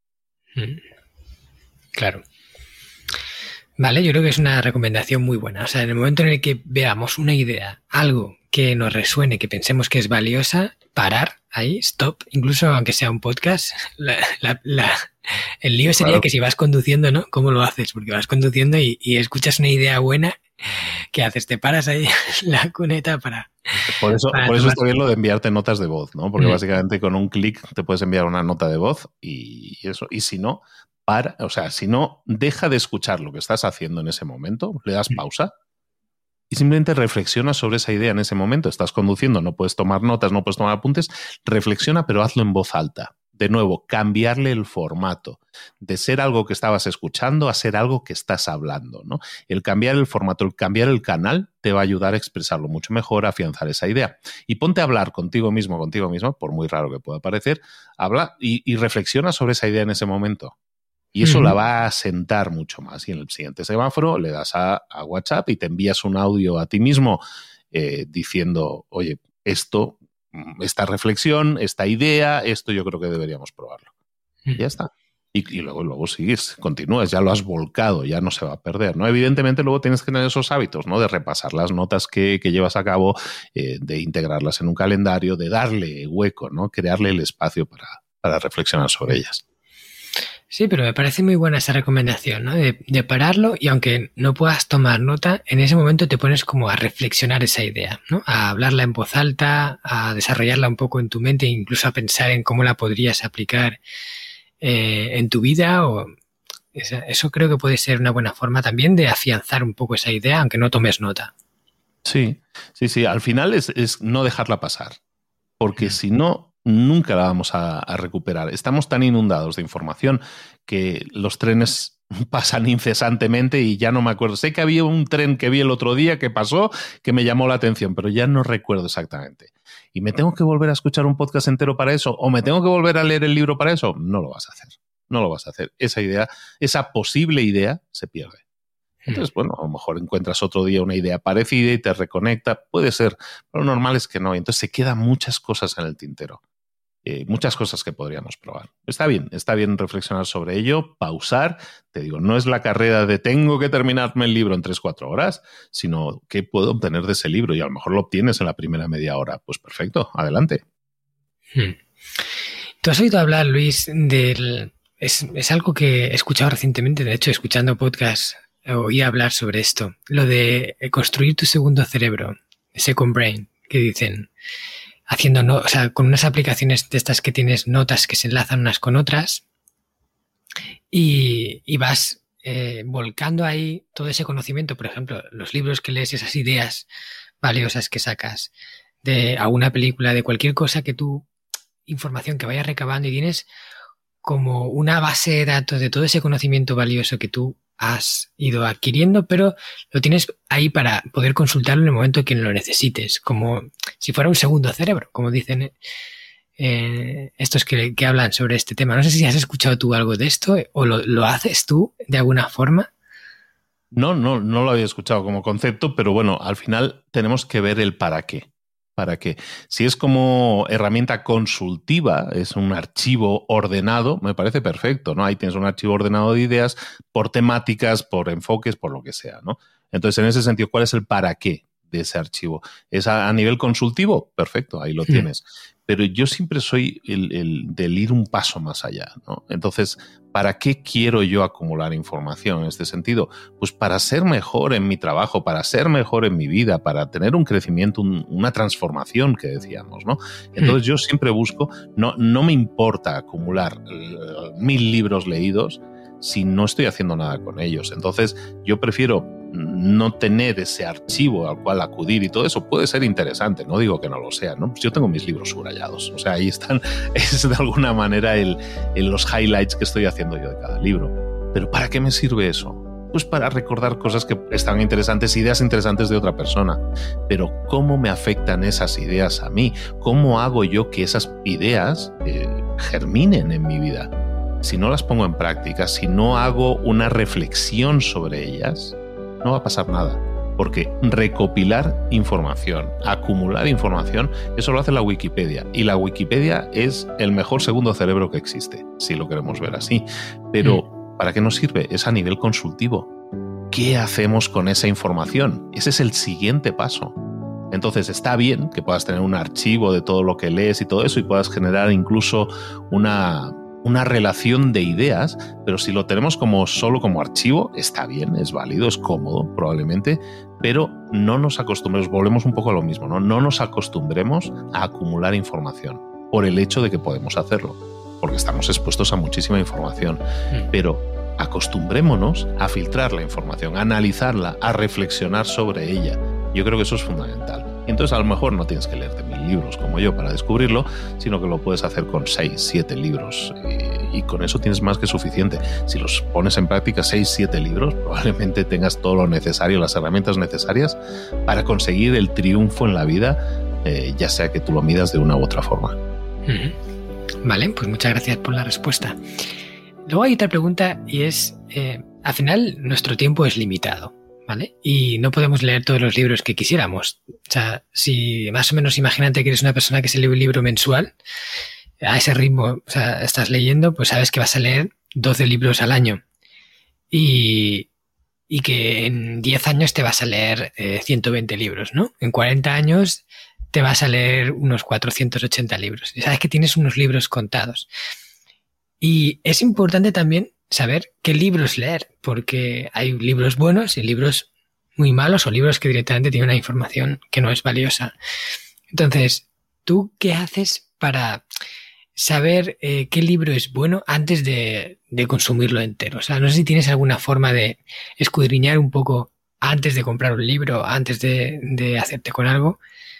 Claro. Vale, yo creo que es una recomendación muy buena. O sea, en el momento en el que veamos una idea, algo que nos resuene, que pensemos que es valiosa, parar ahí, stop, incluso aunque sea un podcast. El lío sería Claro. que si vas conduciendo, ¿no? ¿Cómo lo haces? Porque vas conduciendo y escuchas una idea buena, ¿qué haces? Te paras ahí en la cuneta para Por eso tomar. está bien lo de enviarte notas de voz, ¿no? Porque básicamente con un clic te puedes enviar una nota de voz y eso. Y si no, si no, deja de escuchar lo que estás haciendo en ese momento, le das pausa y simplemente reflexiona sobre esa idea en ese momento. Estás conduciendo, no puedes tomar notas, no puedes tomar apuntes, reflexiona, pero hazlo en voz alta. De nuevo, cambiarle el formato de ser algo que estabas escuchando a ser algo que estás hablando, ¿no? El cambiar el formato, el cambiar el canal te va a ayudar a expresarlo mucho mejor, a afianzar esa idea. Y ponte a hablar contigo mismo, contigo misma, por muy raro que pueda parecer, habla y reflexiona sobre esa idea en ese momento. Y eso la va a sentar mucho más. Y en el siguiente semáforo le das a WhatsApp y te envías un audio a ti mismo diciendo, oye, esta reflexión, esta idea, esto yo creo que deberíamos probarlo. Y ya está. Y luego sigues, continúas, ya lo has volcado, ya no se va a perder, ¿no? Evidentemente luego tienes que tener esos hábitos, ¿no? De repasar las notas que llevas a cabo, de integrarlas en un calendario, de darle hueco, ¿no? Crearle el espacio para reflexionar sobre ellas. Sí, pero me parece muy buena esa recomendación, ¿no? De pararlo y aunque no puedas tomar nota, en ese momento te pones como a reflexionar esa idea, ¿no? A hablarla en voz alta, a desarrollarla un poco en tu mente e incluso a pensar en cómo la podrías aplicar en tu vida. Eso creo que puede ser una buena forma también de afianzar un poco esa idea, aunque no tomes nota. Sí. Al final es no dejarla pasar, porque si no, nunca la vamos a recuperar. Estamos tan inundados de información que los trenes pasan incesantemente y ya no me acuerdo. Sé que había un tren que vi el otro día que pasó que me llamó la atención, pero ya no recuerdo exactamente. ¿Y me tengo que volver a escuchar un podcast entero para eso? ¿O me tengo que volver a leer el libro para eso? No lo vas a hacer. No lo vas a hacer. Esa idea, esa posible idea se pierde. Entonces, bueno, a lo mejor encuentras otro día una idea parecida y te reconecta. Puede ser, pero lo normal es que no. Entonces se quedan muchas cosas en el tintero. Muchas cosas que podríamos probar. Está bien reflexionar sobre ello, pausar. Te digo, no es la carrera de tengo que terminarme el libro en 3-4 horas, sino qué puedo obtener de ese libro y a lo mejor lo obtienes en la primera media hora. Pues perfecto, adelante. ¿Tú has oído hablar, Luis, es algo que he escuchado recientemente, de hecho, escuchando podcasts, oí hablar sobre esto, lo de construir tu segundo cerebro, second brain, que dicen, con unas aplicaciones de estas que tienes notas que se enlazan unas con otras y vas volcando ahí todo ese conocimiento, por ejemplo, los libros que lees, esas ideas valiosas que sacas de alguna película, de cualquier cosa información que vayas recabando y tienes como una base de datos de todo ese conocimiento valioso que tú has ido adquiriendo, pero lo tienes ahí para poder consultarlo en el momento que lo necesites, como si fuera un segundo cerebro, como dicen estos que hablan sobre este tema. No sé si has escuchado tú algo de esto o lo haces tú de alguna forma. No lo había escuchado como concepto, pero bueno, al final tenemos que ver el para qué. ¿Para qué? Si es como herramienta consultiva, es un archivo ordenado, me parece perfecto, ¿no? Ahí tienes un archivo ordenado de ideas por temáticas, por enfoques, por lo que sea, ¿no? Entonces, en ese sentido, ¿cuál es el para qué de ese archivo? ¿Es a nivel consultivo? Perfecto, ahí lo tienes. Pero yo siempre soy el del ir un paso más allá, ¿no? Entonces, ¿para qué quiero yo acumular información en este sentido? Pues para ser mejor en mi trabajo, para ser mejor en mi vida, para tener un crecimiento, una transformación que decíamos, ¿no? Entonces yo siempre busco, no me importa acumular 1000 libros leídos si no estoy haciendo nada con ellos. Entonces yo prefiero no tener ese archivo al cual acudir y todo eso puede ser interesante, no digo que no lo sea, ¿no? Yo tengo mis libros subrayados, o sea, ahí están, es de alguna manera los highlights que estoy haciendo yo de cada libro. ¿Pero para qué me sirve eso? Pues para recordar cosas que están interesantes, ideas interesantes de otra persona. Pero ¿cómo me afectan esas ideas a mí? ¿Cómo hago yo que esas ideas germinen en mi vida? Si no las pongo en práctica, si no hago una reflexión sobre ellas, no va a pasar nada, porque recopilar información, acumular información, eso lo hace la Wikipedia, y la Wikipedia es el mejor segundo cerebro que existe, si lo queremos ver así. Pero ¿para qué nos sirve? Es a nivel consultivo. ¿Qué hacemos con esa información? Ese es el siguiente paso. Entonces está bien que puedas tener un archivo de todo lo que lees y todo eso y puedas generar incluso una relación de ideas, pero si lo tenemos solo como archivo, está bien, es válido, es cómodo probablemente, pero no nos acostumbremos, volvemos un poco a lo mismo, ¿no? No nos acostumbremos a acumular información por el hecho de que podemos hacerlo, porque estamos expuestos a muchísima información, pero acostumbrémonos a filtrar la información, a analizarla, a reflexionar sobre ella. Yo creo que eso es fundamental. Entonces a lo mejor no tienes que leerte 1000 libros como yo para descubrirlo, sino que lo puedes hacer con 6, 7 libros y con eso tienes más que suficiente. Si los pones en práctica 6, 7 libros, probablemente tengas todo lo necesario, las herramientas necesarias para conseguir el triunfo en la vida, ya sea que tú lo midas de una u otra forma. Vale, pues muchas gracias por la respuesta. Luego hay otra pregunta y es, al final nuestro tiempo es limitado, ¿vale? Y no podemos leer todos los libros que quisiéramos. O sea, si más o menos imagínate que eres una persona que se lee un libro mensual, a ese ritmo, o sea, estás leyendo, pues sabes que vas a leer 12 libros al año. Y que en 10 años te vas a leer 120 libros, ¿no? En 40 años te vas a leer unos 480 libros. Y sabes que tienes unos libros contados. Y es importante también saber qué libros leer, porque hay libros buenos y libros muy malos o libros que directamente tienen una información que no es valiosa. Entonces, ¿tú qué haces para saber qué libro es bueno antes de consumirlo entero? O sea, no sé si tienes alguna forma de escudriñar un poco antes de comprar un libro, antes de hacerte con algo,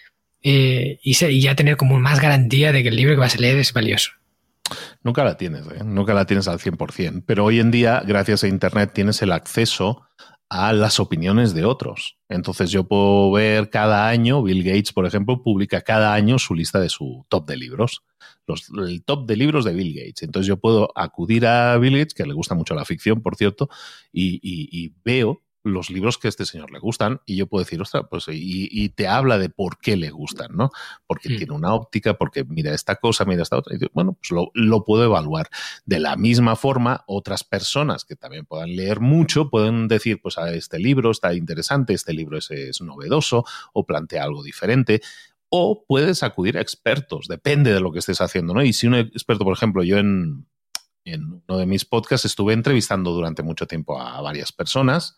y ya tener como más garantía de que el libro que vas a leer es valioso. Nunca la tienes, nunca la tienes al 100%, pero hoy en día, gracias a Internet, tienes el acceso a las opiniones de otros. Entonces yo puedo ver cada año, Bill Gates, por ejemplo, publica cada año su lista de su top de libros, el top de libros de Bill Gates. Entonces yo puedo acudir a Bill Gates, que le gusta mucho la ficción, por cierto, y veo los libros que a este señor le gustan y yo puedo decir, ostras, pues y te habla de por qué le gustan, ¿no? Porque tiene una óptica, porque mira esta cosa, mira esta otra. Y bueno, pues lo puedo evaluar. De la misma forma, otras personas que también puedan leer mucho pueden decir, pues este libro está interesante, este libro es novedoso o plantea algo diferente. O puedes acudir a expertos, depende de lo que estés haciendo, ¿no? Y si un experto, por ejemplo, yo en uno de mis podcasts estuve entrevistando durante mucho tiempo a varias personas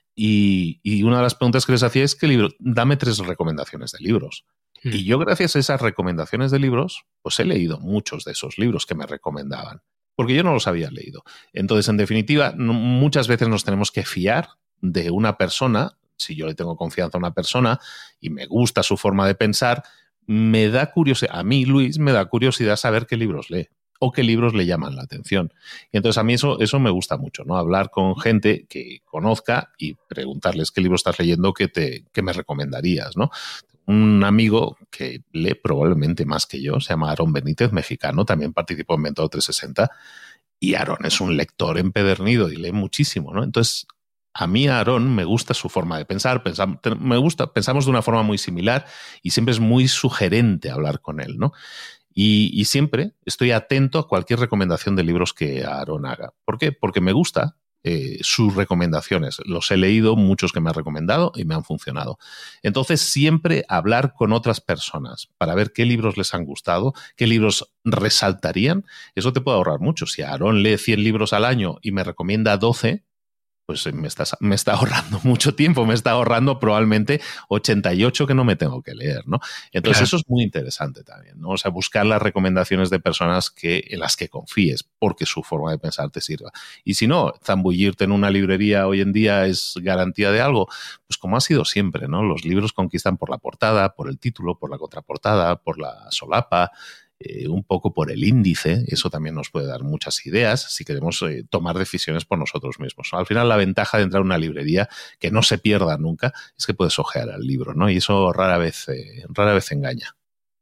y una de las preguntas que les hacía es dame 3 recomendaciones de libros. Y yo, gracias a esas recomendaciones de libros, pues he leído muchos de esos libros que me recomendaban, porque yo no los había leído. Entonces, en definitiva, muchas veces nos tenemos que fiar de una persona. Si yo le tengo confianza a una persona y me gusta su forma de pensar, me da curiosidad, a mí, Luis, me da curiosidad saber qué libros lee o qué libros le llaman la atención. Y entonces a mí eso me gusta mucho, ¿no? Hablar con gente que conozca y preguntarles qué libro estás leyendo que me recomendarías, ¿no? Un amigo que lee probablemente más que yo, se llama Aarón Benítez, mexicano, también participó en Mentor 360, y Aarón es un lector empedernido y lee muchísimo, ¿no? Entonces, a mí, Aarón, me gusta su forma de pensar, pensamos de una forma muy similar y siempre es muy sugerente hablar con él, ¿no? Y siempre estoy atento a cualquier recomendación de libros que Aarón haga. ¿Por qué? Porque me gusta sus recomendaciones. Los he leído, muchos que me ha recomendado y me han funcionado. Entonces, siempre hablar con otras personas para ver qué libros les han gustado, qué libros resaltarían. Eso te puede ahorrar mucho. Si Aarón lee 100 libros al año y me recomienda 12, pues me está ahorrando mucho tiempo, me está ahorrando probablemente 88 que no me tengo que leer, ¿no? Entonces, claro, eso es muy interesante también, ¿no? O sea, buscar las recomendaciones de personas en las que confíes, porque su forma de pensar te sirva. Y si no, zambullirte en una librería hoy en día es garantía de algo, pues como ha sido siempre, ¿no? Los libros conquistan por la portada, por el título, por la contraportada, por la solapa, un poco por el índice. Eso también nos puede dar muchas ideas si queremos tomar decisiones por nosotros mismos. Al final, la ventaja de entrar a una librería, que no se pierda nunca, es que puedes ojear el libro, ¿no? Y eso rara vez engaña.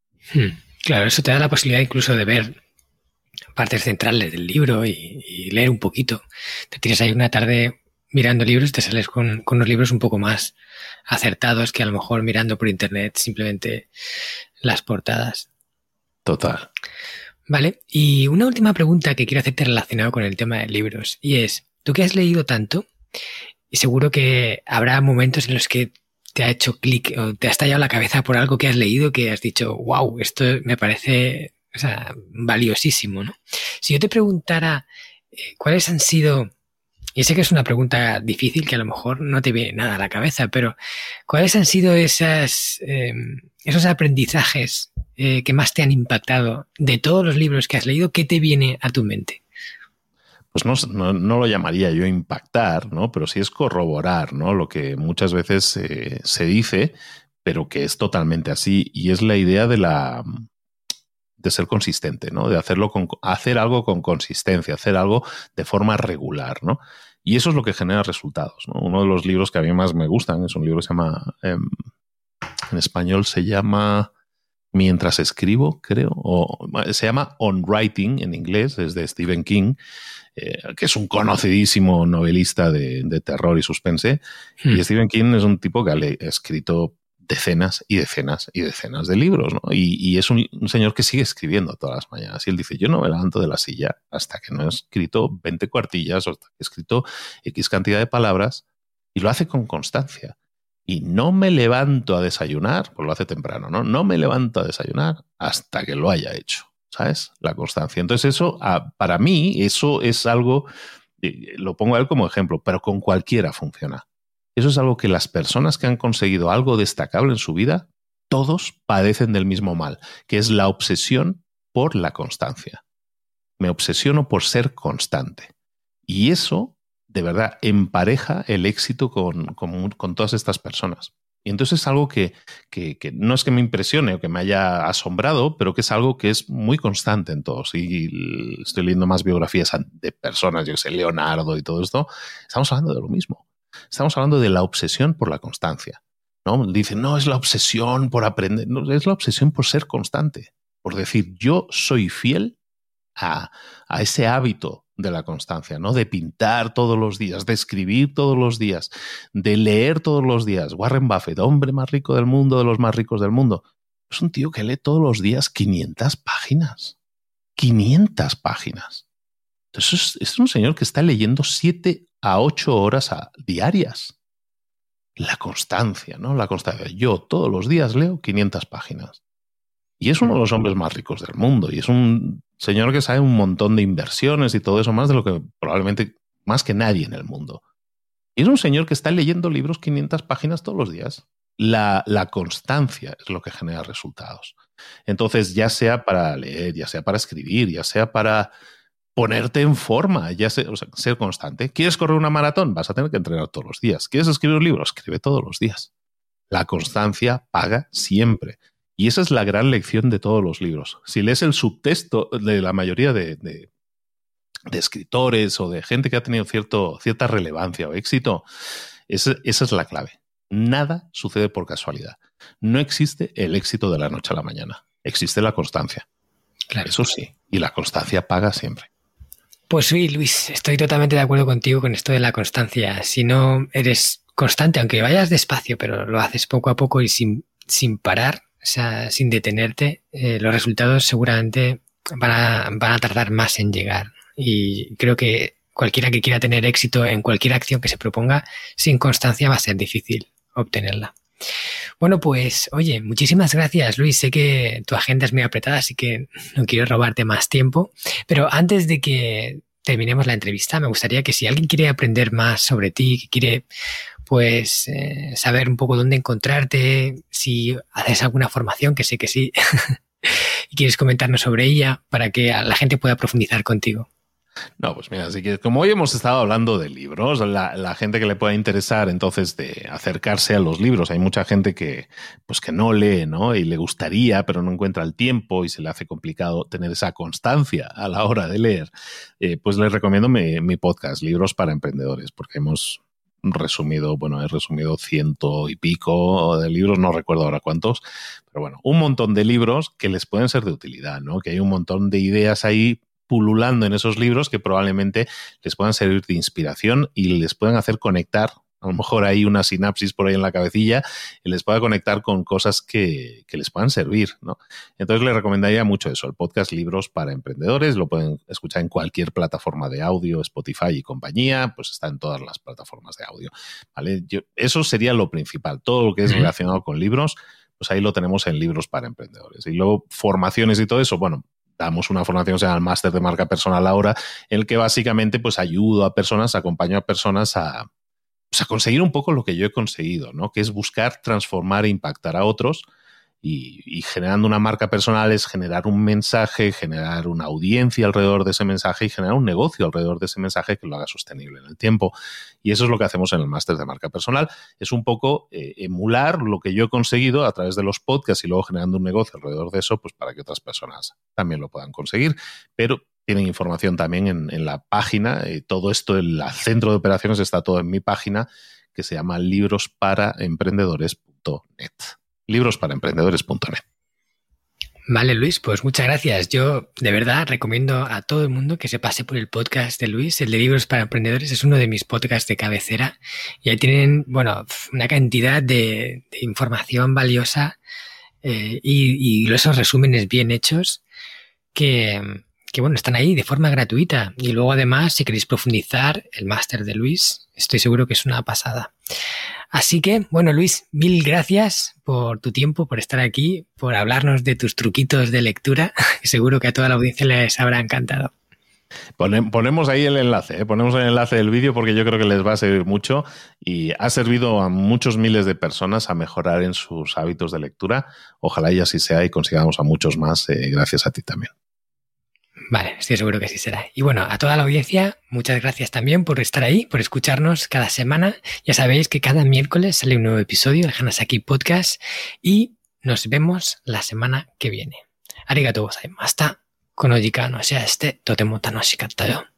Claro, eso te da la posibilidad incluso de ver partes centrales del libro y leer un poquito. Te tienes ahí una tarde mirando libros y te sales con unos libros un poco más acertados que a lo mejor mirando por internet simplemente las portadas. Total. Vale, y una última pregunta que quiero hacerte relacionado con el tema de libros, y es, tú que has leído tanto, y seguro que habrá momentos en los que te ha hecho clic o te ha estallado la cabeza por algo que has leído que has dicho, wow, esto me parece, o sea, valiosísimo, ¿no? Si yo te preguntara cuáles han sido, y sé que es una pregunta difícil que a lo mejor no te viene nada a la cabeza, pero ¿cuáles han sido esos aprendizajes que más te han impactado de todos los libros que has leído? ¿Qué te viene a tu mente? Pues no lo llamaría yo impactar, ¿no? Pero sí es corroborar, ¿no? Lo que muchas veces se dice, pero que es totalmente así. Y es la idea de ser consistente, ¿no? De hacer algo con consistencia, hacer algo de forma regular, ¿no? Y eso es lo que genera resultados, ¿no? Uno de los libros que a mí más me gustan es un libro que se llama, en español se llama Mientras escribo, creo, o se llama On Writing en inglés, es de Stephen King, que es un conocidísimo novelista de terror y suspense. Y Stephen King es un tipo que ha escrito decenas y decenas y decenas de libros, ¿no? Y es un señor que sigue escribiendo todas las mañanas. Y él dice, yo no me levanto de la silla hasta que no he escrito 20 cuartillas o hasta que he escrito X cantidad de palabras, y lo hace con constancia. Y no me levanto a desayunar, pues lo hace temprano, ¿no? No me levanto a desayunar hasta que lo haya hecho, ¿sabes? La constancia. Entonces eso, para mí, eso es algo, lo pongo a él como ejemplo, pero con cualquiera funciona. Eso es algo que las personas que han conseguido algo destacable en su vida, todos padecen del mismo mal, que es la obsesión por la constancia. Me obsesiono por ser constante. Y eso, de verdad, empareja el éxito con todas estas personas. Y entonces es algo que no es que me impresione o que me haya asombrado, pero que es algo que es muy constante en todos. Y estoy leyendo más biografías de personas, yo que sé, Leonardo y todo esto. Estamos hablando de lo mismo. Estamos hablando de la obsesión por la constancia, ¿no? Dicen, no, es la obsesión por aprender. No, es la obsesión por ser constante. Por decir, yo soy fiel a ese hábito de la constancia, ¿no? De pintar todos los días, de escribir todos los días, de leer todos los días. Warren Buffett, hombre más rico del mundo, de los más ricos del mundo, es un tío que lee todos los días 500 páginas. 500 páginas. Entonces es un señor que está leyendo 7 a 8 horas diarias. La constancia, ¿no? La constancia. Yo todos los días leo 500 páginas. Y es uno de los hombres más ricos del mundo. Y es un señor que sabe un montón de inversiones y todo eso, más de lo que probablemente más que nadie en el mundo. Y es un señor que está leyendo libros 500 páginas todos los días. La constancia es lo que genera resultados. Entonces, ya sea para leer, ya sea para escribir, ya sea para ponerte en forma, ya sea, o sea, ser constante. ¿Quieres correr una maratón? Vas a tener que entrenar todos los días. ¿Quieres escribir un libro? Escribe todos los días. La constancia paga siempre. Y esa es la gran lección de todos los libros. Si lees el subtexto de la mayoría de escritores o de gente que ha tenido cierta relevancia o éxito, esa es la clave. Nada sucede por casualidad. No existe el éxito de la noche a la mañana. Existe la constancia. Claro. Eso sí. Y la constancia paga siempre. Pues sí, Luis, estoy totalmente de acuerdo contigo con esto de la constancia. Si no eres constante, aunque vayas despacio, pero lo haces poco a poco y sin parar, o sea, sin detenerte, los resultados seguramente van a tardar más en llegar. Y creo que cualquiera que quiera tener éxito en cualquier acción que se proponga, sin constancia va a ser difícil obtenerla. Bueno, pues, oye, muchísimas gracias, Luis. Sé que tu agenda es muy apretada, así que no quiero robarte más tiempo. Pero antes de que terminemos la entrevista, me gustaría que si alguien quiere aprender más sobre ti, que quiere pues saber un poco dónde encontrarte, si haces alguna formación, que sé que sí, y quieres comentarnos sobre ella para que la gente pueda profundizar contigo. No, pues mira, así que como hoy hemos estado hablando de libros, la gente que le pueda interesar entonces de acercarse a los libros, hay mucha gente que no lee, ¿no? Y le gustaría, pero no encuentra el tiempo y se le hace complicado tener esa constancia a la hora de leer. Pues les recomiendo mi podcast, Libros para Emprendedores, porque he resumido 100 y pico de libros, no recuerdo ahora cuántos, pero bueno, un montón de libros que les pueden ser de utilidad, ¿no? Que hay un montón de ideas ahí pululando en esos libros que probablemente les puedan servir de inspiración y les puedan hacer conectar a lo mejor hay una sinapsis por ahí en la cabecilla y les pueda conectar con cosas que les puedan servir, ¿no? Entonces les recomendaría mucho eso, el podcast Libros para Emprendedores. Lo pueden escuchar en cualquier plataforma de audio, Spotify y compañía, pues está en todas las plataformas de audio, ¿vale? Eso sería lo principal. Todo lo que es relacionado con libros, pues ahí lo tenemos en Libros para Emprendedores. Y luego formaciones y todo eso, bueno, damos una formación que se llama el Máster de Marca Personal ahora, en el que básicamente pues ayudo a personas, acompaño a personas a conseguir un poco lo que yo he conseguido, ¿no? Que es buscar, transformar e impactar a otros y generando una marca personal es generar un mensaje, generar una audiencia alrededor de ese mensaje y generar un negocio alrededor de ese mensaje que lo haga sostenible en el tiempo. Y eso es lo que hacemos en el Máster de Marca Personal. Es un poco emular lo que yo he conseguido a través de los podcasts y luego generando un negocio alrededor de eso, pues para que otras personas también lo puedan conseguir. Pero tienen información también en la página. Todo esto, el centro de operaciones está todo en mi página que se llama librosparaemprendedores.net. librosparaemprendedores.net. Vale, Luis, pues muchas gracias. Yo de verdad recomiendo a todo el mundo que se pase por el podcast de Luis, el de Libros para Emprendedores. Es uno de mis podcasts de cabecera y ahí tienen, bueno, una cantidad de información valiosa y esos resúmenes bien hechos que bueno, están ahí de forma gratuita. Y luego además, si queréis profundizar, el máster de Luis, estoy seguro que es una pasada. Así que, bueno, Luis, mil gracias por tu tiempo, por estar aquí, por hablarnos de tus truquitos de lectura. Seguro que a toda la audiencia les habrá encantado. Ponemos ahí el enlace, ponemos el enlace del vídeo porque yo creo que les va a servir mucho y ha servido a muchos miles de personas a mejorar en sus hábitos de lectura. Ojalá y así sea y consigamos a muchos más gracias a ti también. Vale, estoy seguro que así será. Y bueno, a toda la audiencia, muchas gracias también por estar ahí, por escucharnos cada semana. Ya sabéis que cada miércoles sale un nuevo episodio del Hanasaki Podcast y nos vemos la semana que viene. Arigatou gozaimashita. Kono jikan no shiashite totemo tanoshikatta yo.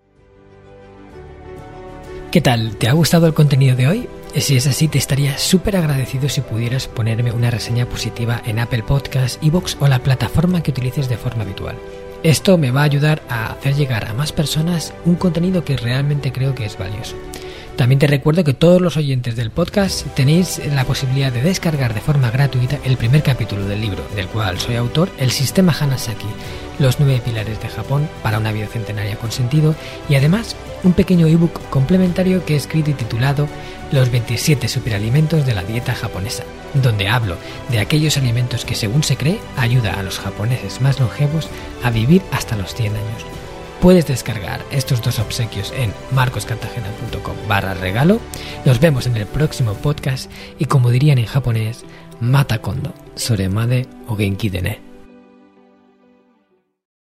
¿Qué tal? ¿Te ha gustado el contenido de hoy? Si es así, te estaría súper agradecido si pudieras ponerme una reseña positiva en Apple Podcasts, iVoox o la plataforma que utilices de forma habitual. Esto me va a ayudar a hacer llegar a más personas un contenido que realmente creo que es valioso. También te recuerdo que todos los oyentes del podcast tenéis la posibilidad de descargar de forma gratuita el primer capítulo del libro, del cual soy autor, El Sistema Hanasaki, los 9 pilares de Japón para una vida centenaria con sentido, y además un pequeño ebook complementario que he escrito y titulado Los 27 superalimentos de la dieta japonesa, donde hablo de aquellos alimentos que, según se cree, ayuda a los japoneses más longevos a vivir hasta los 100 años. Puedes descargar estos dos obsequios en marcoscartagena.com/regalo. Nos vemos en el próximo podcast y, como dirían en japonés, mata kondo, soremade o genki de ne.